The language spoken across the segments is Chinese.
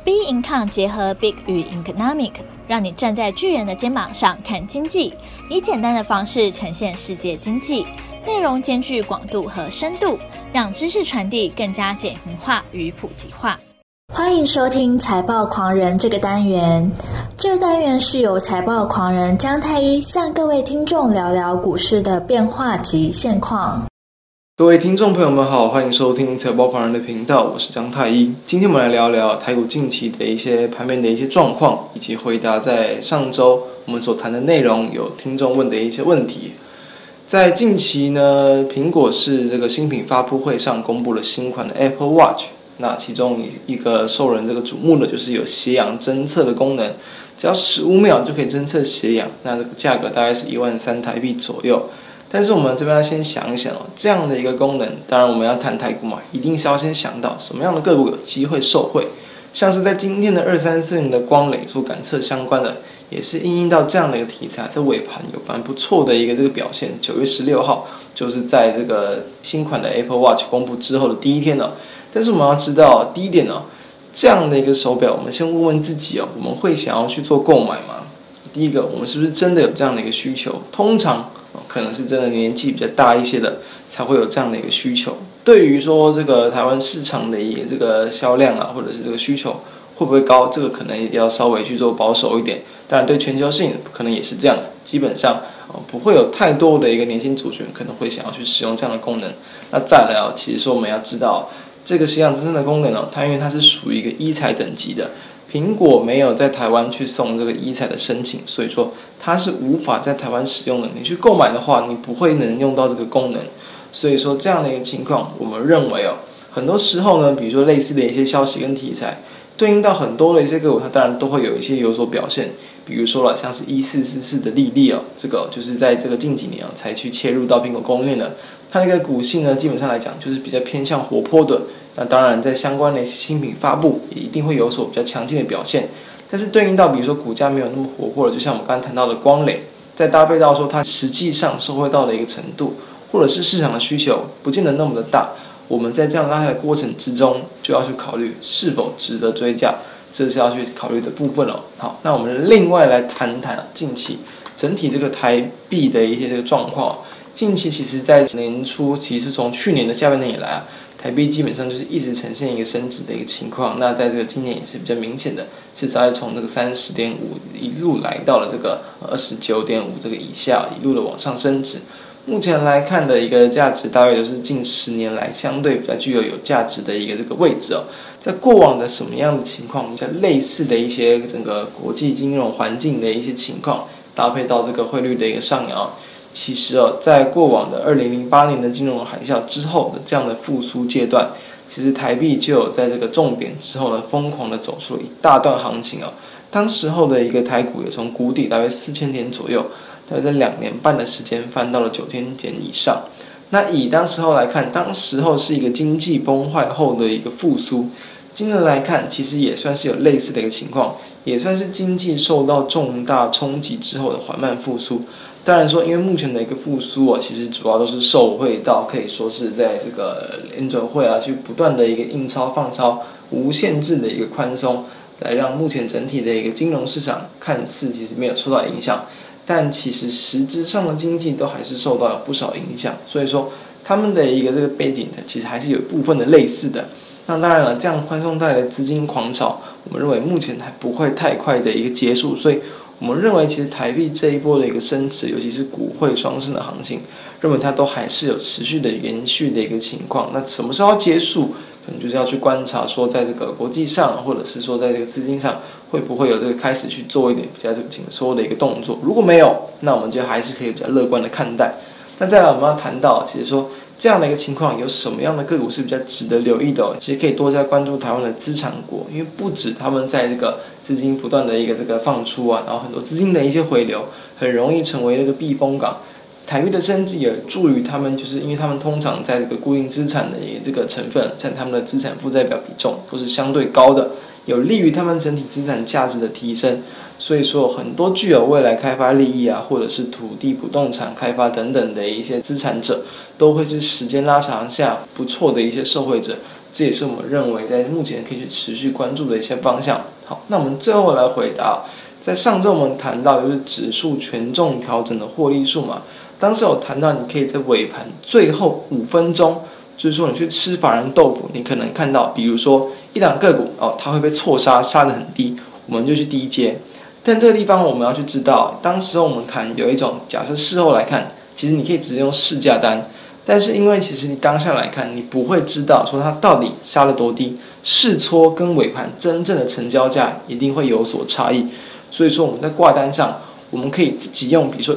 B Income 结合 Big 与 Economic， 让你站在巨人的肩膀上看经济，以简单的方式呈现世界经济，内容兼具广度和深度，让知识传递更加简明化与普及化。欢迎收听财报狂人这个单元，这个单元是由财报狂人姜太一向各位听众聊聊股市的变化及现况。 各位听众朋友们好，欢迎收听财报狂人的频道，我是姜太一。今天我们来聊聊台股近期的一些盘面的一些状况，以及回答在上周我们所谈的内容有听众问的一些问题。在近期呢，苹果是这个新品发布会上公布了新款的 Apple Watch， 那其中一个受人这个瞩目的就是有血氧侦测的功能，只要15秒就可以侦测血氧，那这个价格大概是13000台币左右。但是我们这边要先想一想这样的一个功能，当然我们要谈台股嘛，一定是要先想到什么样的个股有机会受惠。像是在今天的2340的光磊做感测相关的，也是因应到这样的一个题材，在尾盘有蛮不错的一个这个表现。9月16号就是在这个新款的 Apple Watch 公布之后的第一天了。但是我们要知道第一点呢，这样的一个手表，我们先问问自己我们会想要去做购买吗？第一个，我们是不是真的有这样的一个需求？通常可能是真的年纪比较大一些的才会有这样的一个需求。对于说这个台湾市场的一个这个销量或者是这个需求会不会高，这个可能也要稍微去做保守一点。当然对全球性可能也是这样子，基本上不会有太多的一个年轻族群可能会想要去使用这样的功能。那再来其实说我们要知道这个血氧侦测的功能它因为它是属于一个医材等级的，苹果没有在台湾去送这个医材的申请，所以说它是无法在台湾使用的。你去购买的话，你不会能用到这个功能。所以说这样的一个情况，我们认为很多时候呢，比如说类似的一些消息跟题材，对应到很多的一些个股，它当然都会有一些有所表现。比如说像是1444的利率这个就是在这个近几年才去切入到苹果供应链的，它的一个股性呢，基本上来讲就是比较偏向活泼的。那当然在相关的新品发布也一定会有所比较强劲的表现。但是对应到比如说股价没有那么活泼的，就像我们刚才谈到的光磊，再搭配到说它实际上受惠到的一个程度，或者是市场的需求不见得那么的大，我们在这样拉抬的过程之中就要去考虑是否值得追价，这是要去考虑的部分了。好，那我们另外来谈谈近期整体这个台币的一些这个状况。近期其实在年初，其实从去年的下半年以来台币基本上就是一直呈现一个升值的一个情况。那在这个今年也是比较明显的，是在从这个30.5一路来到了这个29.5这个以下，一路的往上升值。目前来看的一个价值，大约就是近10年来相对比较具有价值的一个这个位置在过往的什么样的情况，在类似的一些整个国际金融环境的一些情况，搭配到这个汇率的一个上扬。其实在过往的2008年的金融海啸之后的这样的复苏阶段，其实台币就有在这个重贬之后呢，疯狂的走出了一大段行情当时候的一个台股也从谷底大约4000点左右，大约在2年半的时间翻到了9000点以上。那以当时候来看，当时候是一个经济崩坏后的一个复苏。今年来看，其实也算是有类似的一个情况，也算是经济受到重大冲击之后的缓慢复苏。当然说因为目前的一个复苏其实主要都是受惠到可以说是在这个联准会去不断的一个印钞放钞无限制的一个宽松，来让目前整体的一个金融市场看似其实没有受到影响，但其实实质上的经济都还是受到了不少影响。所以说他们的一个这个背景其实还是有部分的类似的。那当然了，这样宽松带来的资金狂潮，我们认为目前还不会太快的一个结束。所以我们认为其实台币这一波的一个升值，尤其是股汇双升的行情，认为它都还是有持续的延续的一个情况。那什么时候要结束，可能就是要去观察说在这个国际上，或者是说在这个资金上，会不会有这个开始去做一点比较这个紧缩的一个动作。如果没有，那我们就还是可以比较乐观的看待。那再来我们要谈到其实说这样的一个情况有什么样的个股是比较值得留意的其实可以多加关注台湾的资产国，因为不止他们在这个资金不断的一个这个放出然后很多资金的一些回流，很容易成为这个避风港。台币的升值也助于他们，就是因为他们通常在这个固定资产的这个成分占他们的资产负债表比重都是相对高的，有利于他们整体资产价值的提升。所以说很多具有未来开发利益或者是土地不动产开发等等的一些资产者，都会是时间拉长下不错的一些受惠者。 这也是我们认为在目前可以去持续关注的一些方向。好，那我们最后来回答，在上周我们谈到就是指数权重调整的获利数嘛，当时有谈到你可以在尾盘最后5分钟，就是说你去吃法人豆腐，你可能看到比如说一档个股它会被错杀，杀得很低，我们就去低接。但这个地方我们要去知道，当时我们谈有一种假设事后来看，其实你可以直接用市价单，但是因为其实你当下来看，你不会知道说它到底杀了多低，试撮跟尾盘真正的成交价一定会有所差异。所以说我们在挂单上，我们可以自己用比如说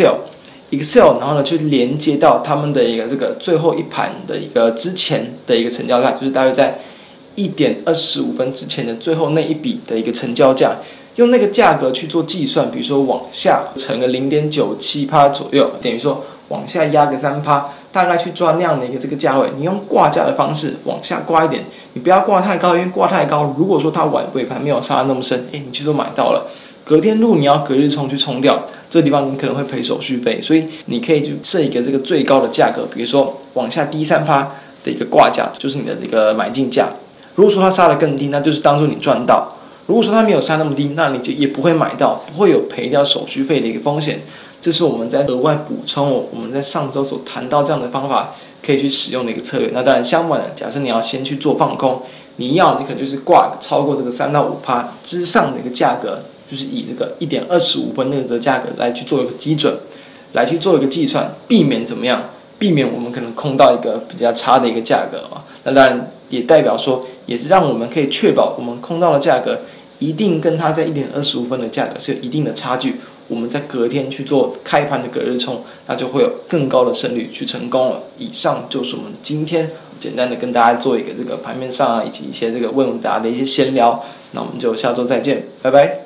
Excel， 然后呢去连接到他们的一个这个最后一盘的一个之前的一个成交价，就是大约在1点25分之前的最后那一笔的一个成交价，用那个价格去做计算，比如说往下乘个 0.97% 左右，等于说往下压个 3%， 大概去抓那样的一个这个价位。你用挂价的方式往下挂一点，你不要挂太高，因为挂太高，如果说它尾盘没有杀得那么深，你去都买到了，隔天如果你要隔日冲去冲掉，这个地方你可能会赔手续费，所以你可以就设一个这个最高的价格，比如说往下低 3% 的一个挂价，就是你的这个买进价。如果说它杀得更低，那就是当做你赚到；如果说它没有杀那么低，那你就也不会买到，不会有赔掉手续费的一个风险。这是我们在额外补充我们在上周所谈到这样的方法可以去使用的一个策略。那当然相反的，假设你要先去做放空，你可能就是挂超过这个3到5%之上的一个价格，就是以这个1点25分那个的价格来去做一个基准，来去做一个计算，避免怎么样？避免我们可能空到一个比较差的一个价格啊。那当然也代表说，也是让我们可以确保我们空到的价格一定跟它在1点25分的价格是有一定的差距。我们在隔天去做开盘的隔日冲，那就会有更高的胜率去成功了。以上就是我们今天简单的跟大家做一个这个盘面上以及一些这个问答的一些闲聊。那我们就下周再见，拜拜。